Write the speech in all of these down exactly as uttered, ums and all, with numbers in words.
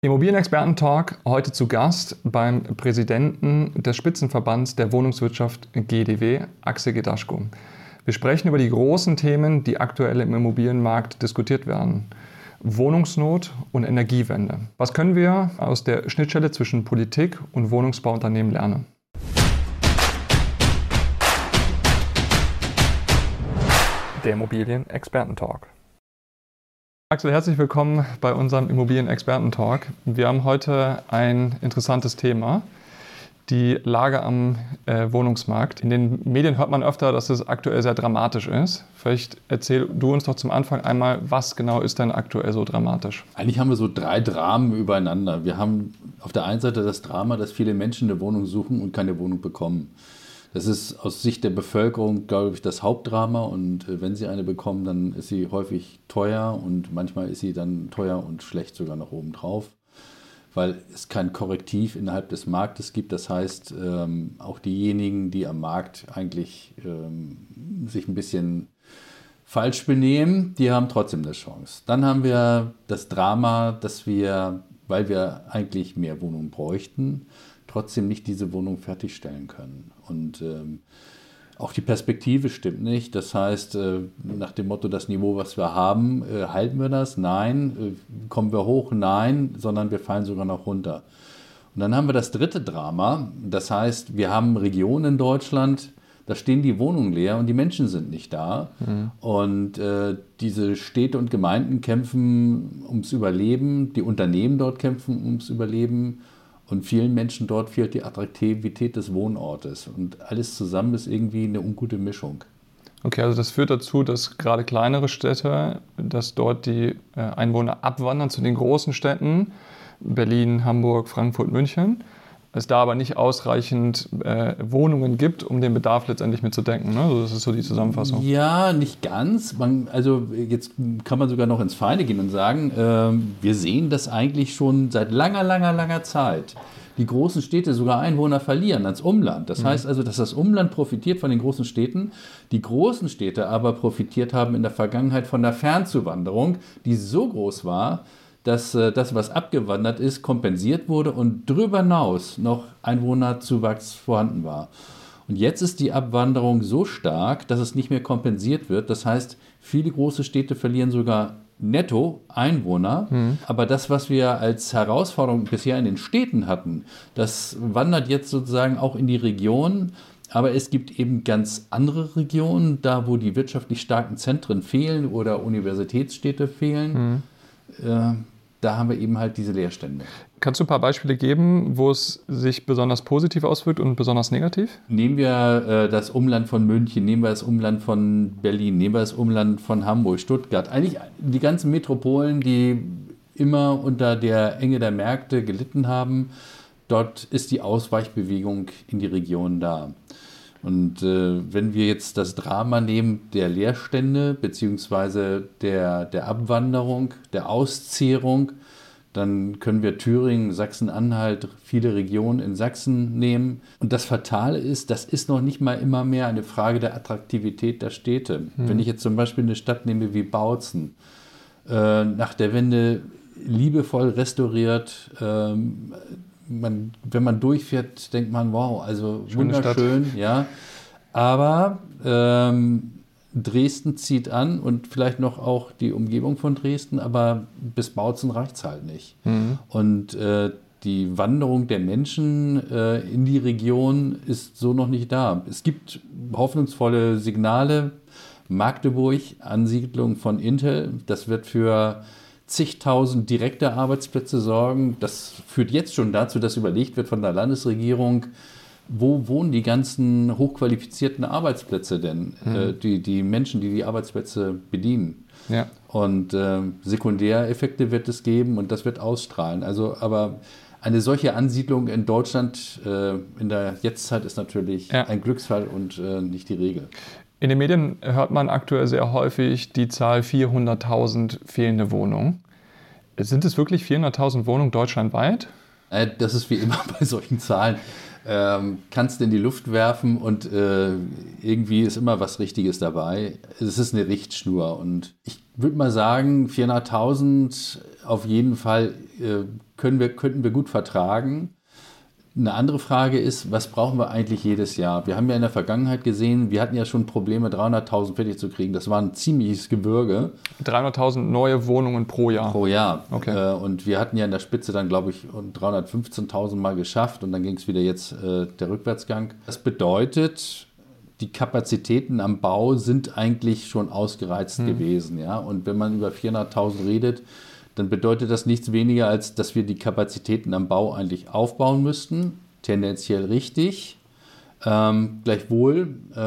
Immobilienexperten-Talk, heute zu Gast beim Präsidenten des Spitzenverbands der Wohnungswirtschaft G D W, Axel Gedaschko. Wir sprechen über die großen Themen, die aktuell im Immobilienmarkt diskutiert werden. Wohnungsnot und Energiewende. Was können wir aus der Schnittstelle zwischen Politik und Wohnungsbauunternehmen lernen? Der Immobilienexperten-Talk. Axel, herzlich willkommen bei unserem Immobilienexperten-Talk. Wir haben heute ein interessantes Thema, die Lage am äh, Wohnungsmarkt. In den Medien hört man öfter, dass es aktuell sehr dramatisch ist. Vielleicht erzähl du uns doch zum Anfang einmal, was genau ist denn aktuell so dramatisch? Eigentlich haben wir so drei Dramen übereinander. Wir haben auf der einen Seite das Drama, dass viele Menschen eine Wohnung suchen und keine Wohnung bekommen. Das ist aus Sicht der Bevölkerung, glaube ich, das Hauptdrama. Und äh, wenn sie eine bekommen, dann ist sie häufig teuer und manchmal ist sie dann teuer und schlecht sogar noch obendrauf, weil es kein Korrektiv innerhalb des Marktes gibt. Das heißt, ähm, auch diejenigen, die am Markt eigentlich ähm, sich ein bisschen falsch benehmen, die haben trotzdem eine Chance. Dann haben wir das Drama, dass wir, weil wir eigentlich mehr Wohnungen bräuchten, trotzdem nicht diese Wohnung fertigstellen können. Und ähm, auch die Perspektive stimmt nicht. Das heißt, äh, nach dem Motto, das Niveau, was wir haben, äh, halten wir das? Nein. Äh, kommen wir hoch? Nein. Sondern wir fallen sogar noch runter. Und dann haben wir das dritte Drama. Das heißt, wir haben Regionen in Deutschland, da stehen die Wohnungen leer und die Menschen sind nicht da. Mhm. Und äh, diese Städte und Gemeinden kämpfen ums Überleben. Die Unternehmen dort kämpfen ums Überleben. Und vielen Menschen dort fehlt die Attraktivität des Wohnortes. Und alles zusammen ist irgendwie eine ungute Mischung. Okay, also das führt dazu, dass gerade kleinere Städte, dass dort die Einwohner abwandern zu den großen Städten, Berlin, Hamburg, Frankfurt, München. Es da aber nicht ausreichend äh, Wohnungen gibt, um den Bedarf letztendlich mitzudenken. Ne? Also das ist so die Zusammenfassung. Ja, nicht ganz. Man, also jetzt kann man sogar noch ins Feine gehen und sagen, äh, wir sehen das eigentlich schon seit langer, langer, langer Zeit. Die großen Städte sogar Einwohner verlieren ans Umland. Das mhm. heißt also, dass das Umland profitiert von den großen Städten, die großen Städte aber profitiert haben in der Vergangenheit von der Fernzuwanderung, die so groß war, dass äh, das, was abgewandert ist, kompensiert wurde und darüber hinaus noch Einwohnerzuwachs vorhanden war. Und jetzt ist die Abwanderung so stark, dass es nicht mehr kompensiert wird. Das heißt, viele große Städte verlieren sogar netto Einwohner. Mhm. Aber das, was wir als Herausforderung bisher in den Städten hatten, das wandert jetzt sozusagen auch in die Region. Aber es gibt eben ganz andere Regionen, da wo die wirtschaftlich starken Zentren fehlen oder Universitätsstädte fehlen. Mhm. Äh, da haben wir eben halt diese Leerstände. Kannst du ein paar Beispiele geben, wo es sich besonders positiv auswirkt und besonders negativ? Nehmen wir äh, das Umland von München, nehmen wir das Umland von Berlin, nehmen wir das Umland von Hamburg, Stuttgart. Eigentlich die ganzen Metropolen, die immer unter der Enge der Märkte gelitten haben. Dort ist die Ausweichbewegung in die Region da. Und äh, wenn wir jetzt das Drama nehmen der Leerstände beziehungsweise der, der Abwanderung, der Auszehrung, dann können wir Thüringen, Sachsen-Anhalt, viele Regionen in Sachsen nehmen. Und das Fatale ist, das ist noch nicht mal immer mehr eine Frage der Attraktivität der Städte. Hm. Wenn ich jetzt zum Beispiel eine Stadt nehme wie Bautzen, äh, nach der Wende liebevoll restauriert, ähm, Man, wenn man durchfährt, denkt man, wow, also schöne wunderschön, Stadt. Ja. Aber ähm, Dresden zieht an und vielleicht noch auch die Umgebung von Dresden, aber bis Bautzen reicht es halt nicht. Mhm. Und äh, die Wanderung der Menschen äh, in die Region ist so noch nicht da. Es gibt hoffnungsvolle Signale. Magdeburg, Ansiedlung von Intel, das wird für zigtausend direkte Arbeitsplätze sorgen. Das führt jetzt schon dazu, dass überlegt wird von der Landesregierung, wo wohnen die ganzen hochqualifizierten Arbeitsplätze denn? Mhm. Äh, die, die Menschen, die die Arbeitsplätze bedienen. Ja. Und äh, Sekundäreffekte wird es geben und das wird ausstrahlen. Also, aber eine solche Ansiedlung in Deutschland äh, in der Jetztzeit ist natürlich ja. ein Glücksfall und äh, nicht die Regel. In den Medien hört man aktuell sehr häufig die Zahl vierhunderttausend fehlende Wohnungen. Sind es wirklich vierhunderttausend Wohnungen deutschlandweit? Das ist wie immer bei solchen Zahlen. Ähm, kannst du in die Luft werfen und äh, irgendwie ist immer was Richtiges dabei. Es ist eine Richtschnur und ich würde mal sagen, vierhunderttausend auf jeden Fall äh, können wir, könnten wir gut vertragen. Eine andere Frage ist, was brauchen wir eigentlich jedes Jahr? Wir haben ja in der Vergangenheit gesehen, wir hatten ja schon Probleme, dreihunderttausend fertig zu kriegen. Das war ein ziemliches Gewürge. dreihunderttausend neue Wohnungen pro Jahr? Pro Jahr. Okay. Und wir hatten ja in der Spitze dann, glaube ich, dreihundertfünfzehntausend Mal geschafft und dann ging es wieder jetzt äh, der Rückwärtsgang. Das bedeutet, die Kapazitäten am Bau sind eigentlich schon ausgereizt hm. gewesen. Ja? Und wenn man über vierhunderttausend redet, dann bedeutet das nichts weniger, als dass wir die Kapazitäten am Bau eigentlich aufbauen müssten. Tendenziell richtig. Ähm, gleichwohl,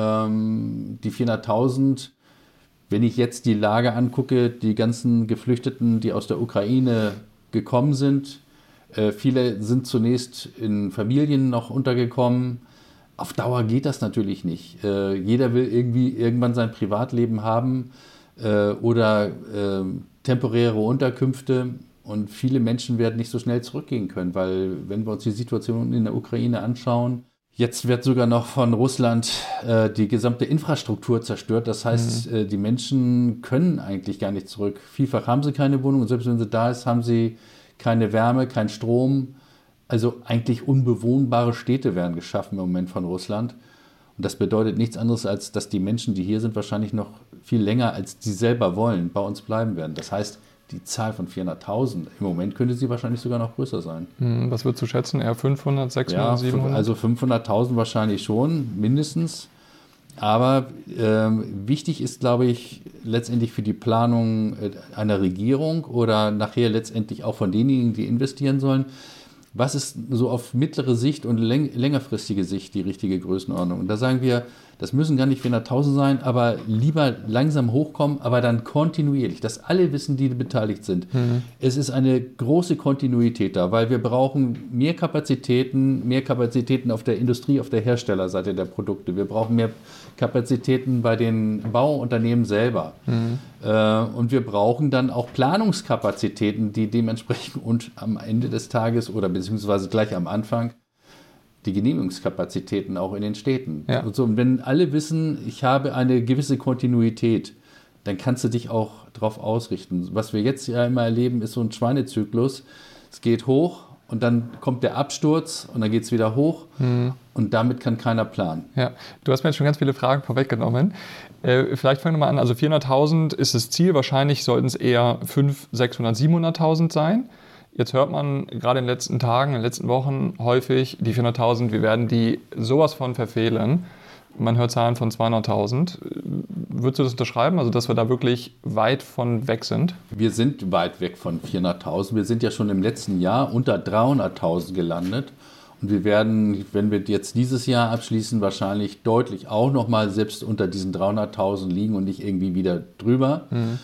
ähm, die vierhunderttausend, wenn ich jetzt die Lage angucke, die ganzen Geflüchteten, die aus der Ukraine gekommen sind, äh, viele sind zunächst in Familien noch untergekommen. Auf Dauer geht das natürlich nicht. Äh, jeder will irgendwie irgendwann sein Privatleben haben äh, oder äh, temporäre Unterkünfte und viele Menschen werden nicht so schnell zurückgehen können, weil wenn wir uns die Situation in der Ukraine anschauen, jetzt wird sogar noch von Russland äh, die gesamte Infrastruktur zerstört. Das heißt, mhm. äh, die Menschen können eigentlich gar nicht zurück. Vielfach haben sie keine Wohnung und selbst wenn sie da ist, haben sie keine Wärme, keinen Strom. Also eigentlich unbewohnbare Städte werden geschaffen im Moment von Russland. Und das bedeutet nichts anderes, als dass die Menschen, die hier sind, wahrscheinlich noch viel länger, als sie selber wollen, bei uns bleiben werden. Das heißt, die Zahl von vierhunderttausend, im Moment könnte sie wahrscheinlich sogar noch größer sein. Was würdest du schätzen? Eher fünfhundert, sechshundert, ja, siebenhundert? Also fünfhunderttausend wahrscheinlich schon, mindestens. Aber ähm, wichtig ist, glaube ich, letztendlich für die Planung einer Regierung oder nachher letztendlich auch von denjenigen, die investieren sollen, was ist so auf mittlere Sicht und läng- längerfristige Sicht die richtige Größenordnung? Und da sagen wir, das müssen gar nicht vierhunderttausend sein, aber lieber langsam hochkommen, aber dann kontinuierlich, dass alle wissen, die beteiligt sind. Mhm. Es ist eine große Kontinuität da, weil wir brauchen mehr Kapazitäten, mehr Kapazitäten auf der Industrie, auf der Herstellerseite der Produkte. Wir brauchen mehr Kapazitäten bei den Bauunternehmen selber. Mhm. Äh, und wir brauchen dann auch Planungskapazitäten, die dementsprechend und am Ende des Tages oder beziehungsweise gleich am Anfang die Genehmigungskapazitäten auch in den Städten. Ja. Und, so, und wenn alle wissen, ich habe eine gewisse Kontinuität, dann kannst du dich auch darauf ausrichten. Was wir jetzt ja immer erleben, ist so ein Schweinezyklus. Es geht hoch und dann kommt der Absturz und dann geht es wieder hoch mhm. und damit kann keiner planen. Ja, du hast mir jetzt schon ganz viele Fragen vorweggenommen. Äh, vielleicht fangen wir mal an. Also vierhunderttausend ist das Ziel. Wahrscheinlich sollten es eher fünfhundert, sechshundert, siebenhunderttausend sein. Jetzt hört man gerade in den letzten Tagen, in den letzten Wochen häufig, die vierhunderttausend, wir werden die sowas von verfehlen. Man hört Zahlen von zweihunderttausend. Würdest du das unterschreiben, also dass wir da wirklich weit von weg sind? Wir sind weit weg von vierhunderttausend. Wir sind ja schon im letzten Jahr unter dreihunderttausend gelandet. Und wir werden, wenn wir jetzt dieses Jahr abschließen, wahrscheinlich deutlich auch nochmal selbst unter diesen dreihunderttausend liegen und nicht irgendwie wieder drüber. Mhm.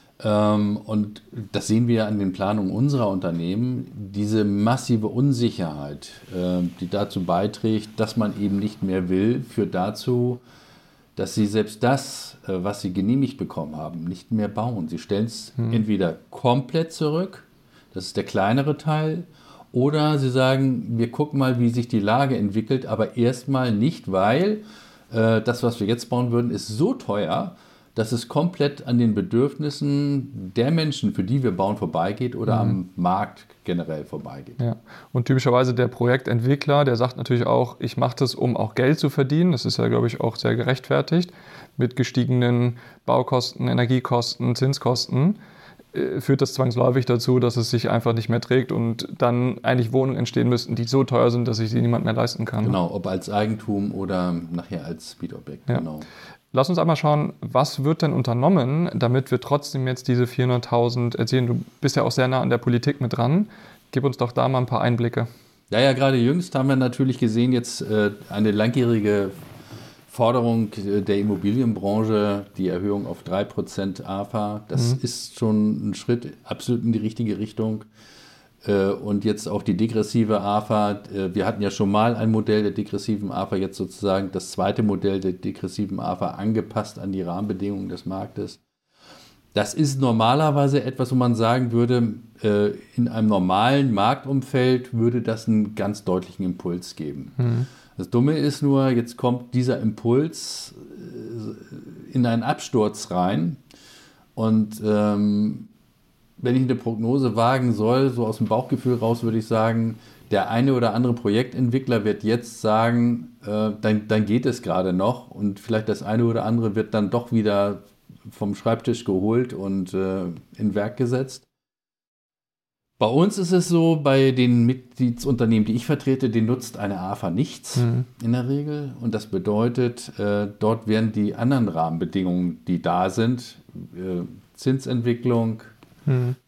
Ähm, und das sehen wir an den Planungen unserer Unternehmen, diese massive Unsicherheit, äh, die dazu beiträgt, dass man eben nicht mehr will, führt dazu, dass sie selbst das, äh, was sie genehmigt bekommen haben, nicht mehr bauen. Sie stellen es hm. entweder komplett zurück, das ist der kleinere Teil, oder sie sagen, wir gucken mal, wie sich die Lage entwickelt, aber erstmal nicht, weil äh, das, was wir jetzt bauen würden, ist so teuer, dass es komplett an den Bedürfnissen der Menschen, für die wir bauen, vorbeigeht oder mhm. am Markt generell vorbeigeht. Ja. Und typischerweise der Projektentwickler, der sagt natürlich auch, ich mache das, um auch Geld zu verdienen. Das ist ja, glaube ich, auch sehr gerechtfertigt. Mit gestiegenen Baukosten, Energiekosten, Zinskosten äh, führt das zwangsläufig dazu, dass es sich einfach nicht mehr trägt und dann eigentlich Wohnungen entstehen müssten, die so teuer sind, dass sich sie niemand mehr leisten kann. Genau, ob als Eigentum oder nachher als Mietobjekt. Ja. Genau. Lass uns einmal schauen, was wird denn unternommen, damit wir trotzdem jetzt diese vierhunderttausend erzielen. Du bist ja auch sehr nah an der Politik mit dran. Gib uns doch da mal ein paar Einblicke. Ja, ja, gerade jüngst haben wir natürlich gesehen, jetzt äh, eine langjährige Forderung der Immobilienbranche, die Erhöhung auf drei Prozent A F A. Das mhm. ist schon ein Schritt absolut in die richtige Richtung. Und jetzt auch die degressive A F A. Wir hatten ja schon mal ein Modell der degressiven A F A, jetzt sozusagen das zweite Modell der degressiven A F A angepasst an die Rahmenbedingungen des Marktes. Das ist normalerweise etwas, wo man sagen würde, in einem normalen Marktumfeld würde das einen ganz deutlichen Impuls geben. Mhm. Das Dumme ist nur, jetzt kommt dieser Impuls in einen Absturz rein und ähm, wenn ich eine Prognose wagen soll, so aus dem Bauchgefühl raus, würde ich sagen, der eine oder andere Projektentwickler wird jetzt sagen, äh, dann, dann geht es gerade noch und vielleicht das eine oder andere wird dann doch wieder vom Schreibtisch geholt und äh, in Werk gesetzt. Bei uns ist es so, bei den Mitgliedsunternehmen, die ich vertrete, die nutzt eine A F A nichts mhm. in der Regel. Und das bedeutet, äh, dort werden die anderen Rahmenbedingungen, die da sind, äh, Zinsentwicklung, mhm.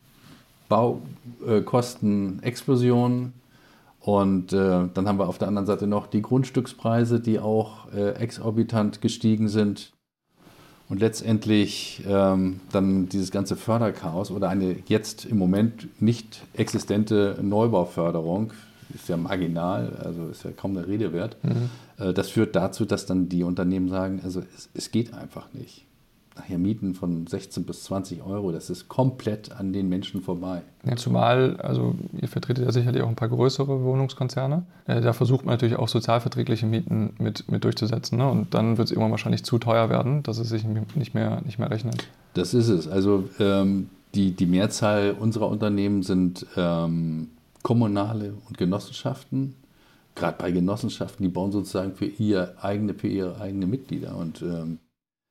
Baukostenexplosion und äh, dann haben wir auf der anderen Seite noch die Grundstückspreise, die auch äh, exorbitant gestiegen sind. Und letztendlich ähm, dann dieses ganze Förderchaos oder eine jetzt im Moment nicht existente Neubauförderung, ist ja marginal, also ist ja kaum der Rede wert. Mhm. Äh, das führt dazu, dass dann die Unternehmen sagen, also es, es geht einfach nicht. Nachher Mieten von sechzehn bis zwanzig Euro, das ist komplett an den Menschen vorbei. Ja, zumal, also ihr vertretet ja sicherlich auch ein paar größere Wohnungskonzerne. Äh, da versucht man natürlich auch sozialverträgliche Mieten mit, mit durchzusetzen. Ne? Und dann wird es irgendwann wahrscheinlich zu teuer werden, dass es sich nicht mehr, nicht mehr rechnet. Das ist es. Also ähm, die, die Mehrzahl unserer Unternehmen sind ähm, kommunale und Genossenschaften. Gerade bei Genossenschaften, die bauen sozusagen für, ihr eigene, für ihre eigenen Mitglieder. Und ähm,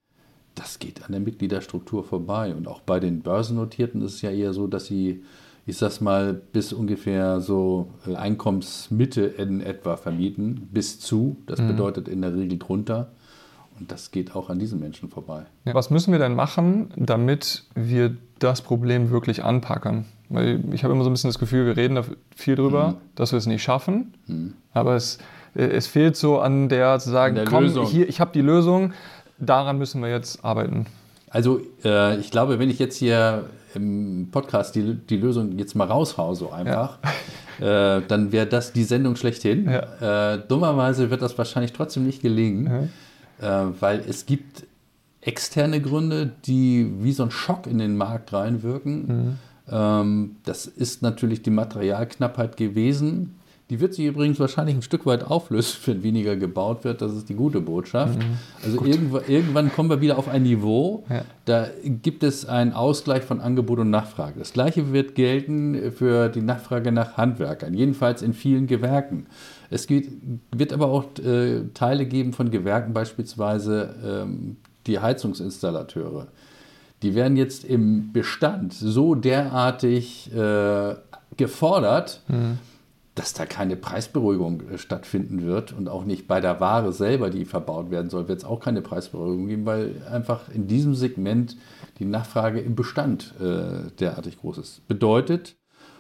das geht an der Mitgliederstruktur vorbei. Und auch bei den Börsennotierten ist es ja eher so, dass sie, ich sag's mal, bis ungefähr so Einkommensmitte in etwa vermieten, bis zu. Das mhm. bedeutet in der Regel drunter. Und das geht auch an diesen Menschen vorbei. Ja, was müssen wir denn machen, damit wir das Problem wirklich anpacken? Weil ich habe immer so ein bisschen das Gefühl, wir reden da viel drüber, mhm. dass wir es nicht schaffen. Mhm. Aber es, es fehlt so an der, zu sagen, komm, Lösung. Hier, ich habe die Lösung. Daran müssen wir jetzt arbeiten. Also äh, ich glaube, wenn ich jetzt hier im Podcast die, die Lösung jetzt mal raushaue, so einfach, ja. äh, dann wäre das die Sendung schlechthin. Ja. Äh, dummerweise wird das wahrscheinlich trotzdem nicht gelingen, ja. äh, weil es gibt externe Gründe, die wie so ein Schock in den Markt reinwirken. Mhm. Ähm, das ist natürlich die Materialknappheit gewesen. Die wird sich übrigens wahrscheinlich ein Stück weit auflösen, wenn weniger gebaut wird. Das ist die gute Botschaft. Mhm. Also irgendwann, irgendwann kommen wir wieder auf ein Niveau, ja. da gibt es einen Ausgleich von Angebot und Nachfrage. Das Gleiche wird gelten für die Nachfrage nach Handwerkern, jedenfalls in vielen Gewerken. Es geht, wird aber auch äh, Teile geben von Gewerken, beispielsweise ähm, die Heizungsinstallateure. Die werden jetzt im Bestand so derartig äh, gefordert, mhm. dass da keine Preisberuhigung äh, stattfinden wird und auch nicht bei der Ware selber, die verbaut werden soll, wird es auch keine Preisberuhigung geben, weil einfach in diesem Segment die Nachfrage im Bestand äh, derartig groß ist. Bedeutet,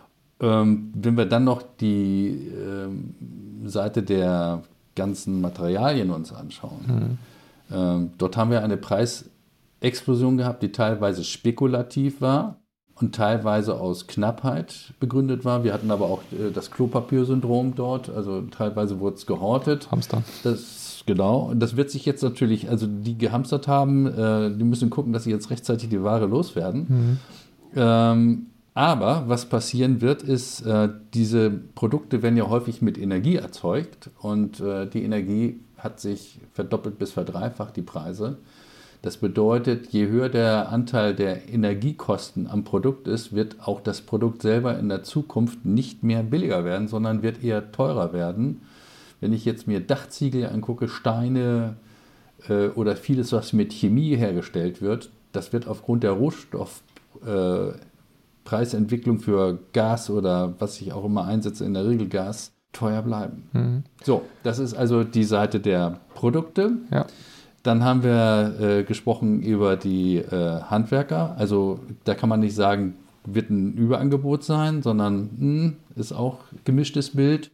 ähm, wenn wir dann noch die ähm, Seite der ganzen Materialien uns anschauen, mhm. ähm, dort haben wir eine Preisexplosion gehabt, die teilweise spekulativ war und teilweise aus Knappheit begründet war. Wir hatten aber auch äh, das Klopapier-Syndrom dort, also teilweise wurde es gehortet. Hamster. Das, genau, und das wird sich jetzt natürlich, also die gehamstert haben, äh, die müssen gucken, dass sie jetzt rechtzeitig die Ware loswerden. Mhm. Ähm, aber was passieren wird, ist, äh, diese Produkte werden ja häufig mit Energie erzeugt und äh, die Energie hat sich verdoppelt bis verdreifacht, die Preise. Das bedeutet, je höher der Anteil der Energiekosten am Produkt ist, wird auch das Produkt selber in der Zukunft nicht mehr billiger werden, sondern wird eher teurer werden. Wenn ich jetzt mir Dachziegel angucke, Steine äh, oder vieles, was mit Chemie hergestellt wird, das wird aufgrund der Rohstoffpreisentwicklung äh, für Gas oder was ich auch immer einsetze, in der Regel Gas, teuer bleiben. Mhm. So, das ist also die Seite der Produkte. Ja. Dann haben wir äh, gesprochen über die äh, Handwerker. Also da kann man nicht sagen, wird ein Überangebot sein, sondern mh, ist auch gemischtes Bild.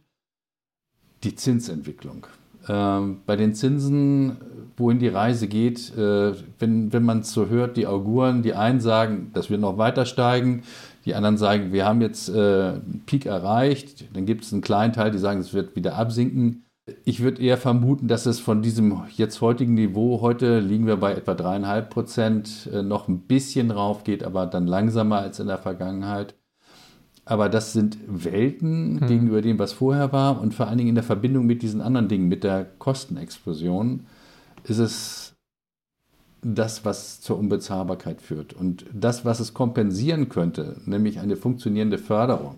Die Zinsentwicklung. Ähm, bei den Zinsen, wohin die Reise geht, äh, wenn, wenn man es so hört, die Auguren, die einen sagen, das wird noch weiter steigen, die anderen sagen, wir haben jetzt äh, einen Peak erreicht, dann gibt es einen kleinen Teil, die sagen, es wird wieder absinken. Ich würde eher vermuten, dass es von diesem jetzt heutigen Niveau, heute liegen wir bei etwa dreieinhalb Prozent, noch ein bisschen rauf geht, aber dann langsamer als in der Vergangenheit. Aber das sind Welten hm. gegenüber dem, was vorher war und vor allen Dingen in der Verbindung mit diesen anderen Dingen, mit der Kostenexplosion, ist es das, was zur Unbezahlbarkeit führt. Und das, was es kompensieren könnte, nämlich eine funktionierende Förderung,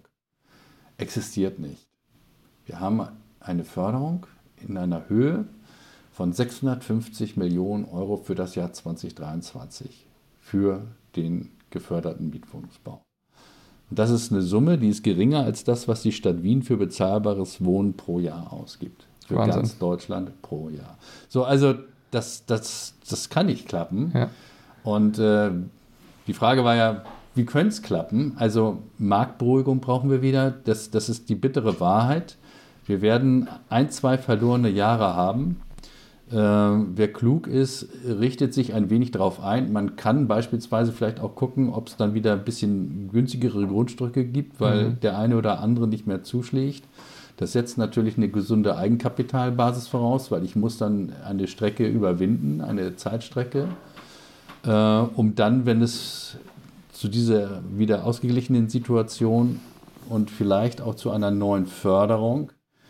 existiert nicht. Wir haben eine Förderung in einer Höhe von sechshundertfünfzig Millionen Euro für das Jahr zweitausenddreiundzwanzig für den geförderten Mietwohnungsbau. Und das ist eine Summe, die ist geringer als das, was die Stadt Wien für bezahlbares Wohnen pro Jahr ausgibt. Für Wahnsinn. Ganz Deutschland pro Jahr. So, also das, das, das kann nicht klappen. Ja. Und äh, die Frage war ja, wie könnte es klappen? Also Marktberuhigung brauchen wir wieder. Das, das ist die bittere Wahrheit. Wir werden ein, zwei verlorene Jahre haben. Äh, wer klug ist, richtet sich ein wenig darauf ein. Man kann beispielsweise vielleicht auch gucken, ob es dann wieder ein bisschen günstigere Grundstücke gibt, weil mhm. der eine oder andere nicht mehr zuschlägt. Das setzt natürlich eine gesunde Eigenkapitalbasis voraus, weil ich muss dann eine Strecke überwinden, eine Zeitstrecke, äh, um dann, wenn es zu dieser wieder ausgeglichenen Situation und vielleicht auch zu einer neuen Förderung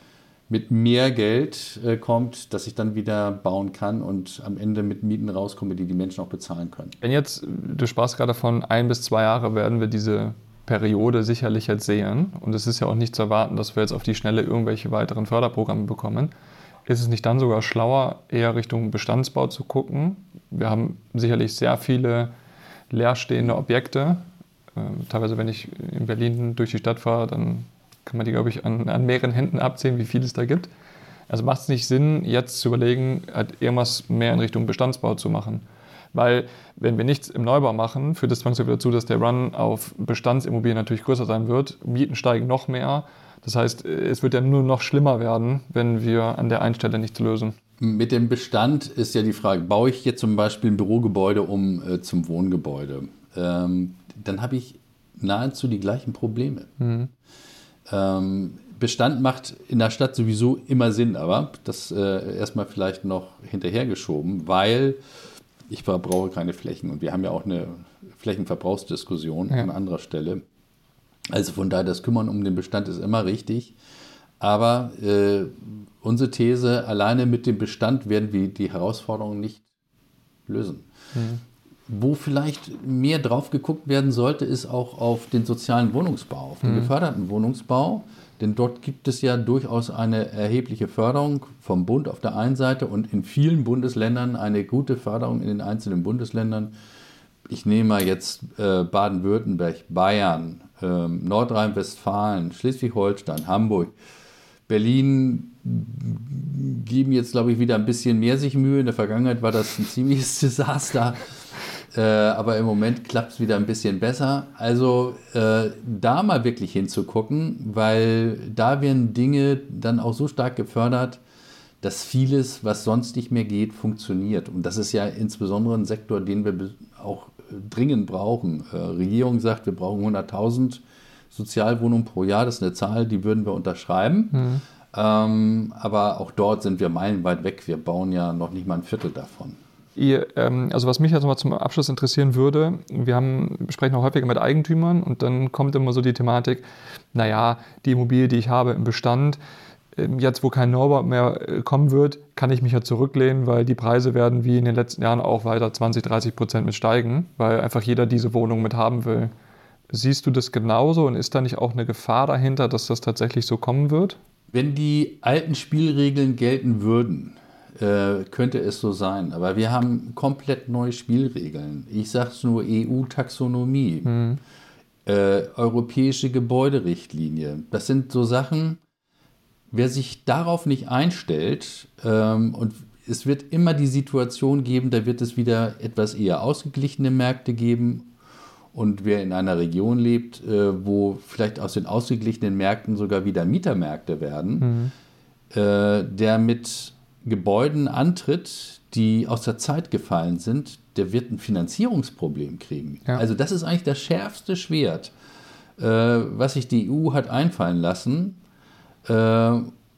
mit mehr Geld äh, kommt, dass ich dann wieder bauen kann und am Ende mit Mieten rauskomme, die die Menschen auch bezahlen können. Wenn jetzt, du sprachst gerade von ein bis zwei Jahre, werden wir diese Periode sicherlich jetzt sehen. Und es ist ja auch nicht zu erwarten, dass wir jetzt auf die Schnelle irgendwelche weiteren Förderprogramme bekommen. Ist es nicht dann sogar schlauer, eher Richtung Bestandsbau zu gucken? Wir haben sicherlich sehr viele leerstehende Objekte. Ähm, teilweise, wenn ich in Berlin durch die Stadt fahre, dann kann man die, glaube ich, an, an mehreren Händen abzählen, wie viel es da gibt. Also macht es nicht Sinn, jetzt zu überlegen, halt irgendwas mehr in Richtung Bestandsbau zu machen. Weil, wenn wir nichts im Neubau machen, führt das zwangsläufig dazu, dass der Run auf Bestandsimmobilien natürlich größer sein wird. Mieten steigen noch mehr. Das heißt, es wird ja nur noch schlimmer werden, wenn wir an der einen Stelle nichts lösen. Mit dem Bestand ist ja die Frage, baue ich jetzt zum Beispiel ein Bürogebäude um äh, zum Wohngebäude? Ähm, dann habe ich nahezu die gleichen Probleme. Mhm. Ähm, Bestand macht in der Stadt sowieso immer Sinn, aber das äh, erstmal vielleicht noch hinterhergeschoben, weil ich verbrauche keine Flächen und wir haben ja auch eine Flächenverbrauchsdiskussion ja. an anderer Stelle. Also von daher, das Kümmern um den Bestand ist immer richtig. Aber äh, unsere These, alleine mit dem Bestand werden wir die Herausforderungen nicht lösen. Mhm. Wo vielleicht mehr drauf geguckt werden sollte, ist auch auf den sozialen Wohnungsbau, auf den mhm. geförderten Wohnungsbau. Denn dort gibt es ja durchaus eine erhebliche Förderung vom Bund auf der einen Seite und in vielen Bundesländern eine gute Förderung in den einzelnen Bundesländern. Ich nehme mal jetzt äh, Baden-Württemberg, Bayern, äh, Nordrhein-Westfalen, Schleswig-Holstein, Hamburg, Berlin geben jetzt, glaube ich, wieder ein bisschen mehr sich Mühe. In der Vergangenheit war das ein ziemliches Desaster. Äh, aber im Moment klappt es wieder ein bisschen besser. Also äh, da mal wirklich hinzugucken, weil da werden Dinge dann auch so stark gefördert, dass vieles, was sonst nicht mehr geht, funktioniert. Und das ist ja insbesondere ein Sektor, den wir auch dringend brauchen. Äh, Regierung sagt, wir brauchen hunderttausend Sozialwohnungen pro Jahr. Das ist eine Zahl, die würden wir unterschreiben. Mhm. Ähm, aber auch dort sind wir meilenweit weg. Wir bauen ja noch nicht mal ein Viertel davon. Ihr, ähm, also was mich jetzt nochmal zum Abschluss interessieren würde, wir haben, sprechen auch häufiger mit Eigentümern und dann kommt immer so die Thematik, naja, die Immobilie, die ich habe im Bestand, ähm, jetzt wo kein Neubau mehr äh, kommen wird, kann ich mich ja zurücklehnen, weil die Preise werden wie in den letzten Jahren auch weiter zwanzig, dreißig Prozent mit steigen, weil einfach jeder diese Wohnung mit haben will. Siehst du das genauso und ist da nicht auch eine Gefahr dahinter, dass das tatsächlich so kommen wird? Wenn die alten Spielregeln gelten würden, könnte es so sein. Aber wir haben komplett neue Spielregeln. Ich sage es nur E U-Taxonomie, mhm. äh, europäische Gebäuderichtlinie. Das sind so Sachen, wer sich darauf nicht einstellt, ähm, und es wird immer die Situation geben, da wird es wieder etwas eher ausgeglichene Märkte geben. Und wer in einer Region lebt, äh, wo vielleicht aus den ausgeglichenen Märkten sogar wieder Mietermärkte werden, mhm. äh, der mit Gebäuden antritt, die aus der Zeit gefallen sind, der wird ein Finanzierungsproblem kriegen. Ja. Also das ist eigentlich das schärfste Schwert, äh, was sich die E U hat einfallen lassen, äh,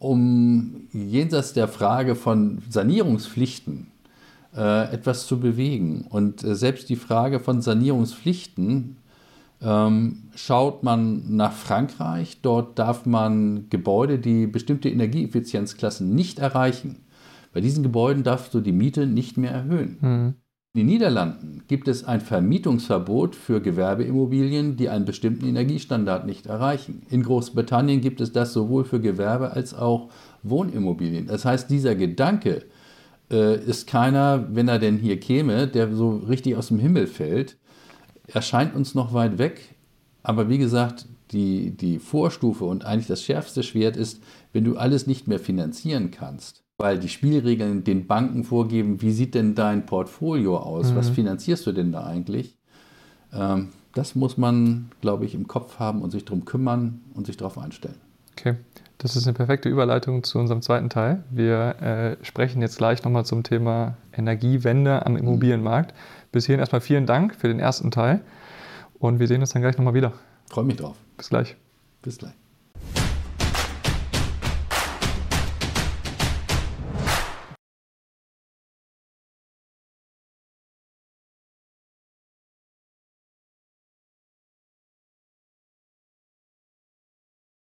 um jenseits der Frage von Sanierungspflichten äh, etwas zu bewegen. Und äh, selbst die Frage von Sanierungspflichten ähm, schaut man nach Frankreich. Dort darf man Gebäude, die bestimmte Energieeffizienzklassen nicht erreichen, bei diesen Gebäuden darfst du die Miete nicht mehr erhöhen. Mhm. In den Niederlanden gibt es ein Vermietungsverbot für Gewerbeimmobilien, die einen bestimmten Energiestandard nicht erreichen. In Großbritannien gibt es das sowohl für Gewerbe- als auch Wohnimmobilien. Das heißt, dieser Gedanke äh, ist keiner, wenn er denn hier käme, der so richtig aus dem Himmel fällt, erscheint uns noch weit weg. Aber wie gesagt, die, die Vorstufe und eigentlich das schärfste Schwert ist, wenn du alles nicht mehr finanzieren kannst, weil die Spielregeln den Banken vorgeben, wie sieht denn dein Portfolio aus, mhm. was finanzierst du denn da eigentlich? Ähm, das muss man, glaube ich, im Kopf haben und sich darum kümmern und sich darauf einstellen. Okay, das ist eine perfekte Überleitung zu unserem zweiten Teil. Wir äh, sprechen jetzt gleich nochmal zum Thema Energiewende am Immobilienmarkt. Bis hierhin erstmal vielen Dank für den ersten Teil und wir sehen uns dann gleich nochmal wieder. Freue mich drauf. Bis gleich. Bis gleich.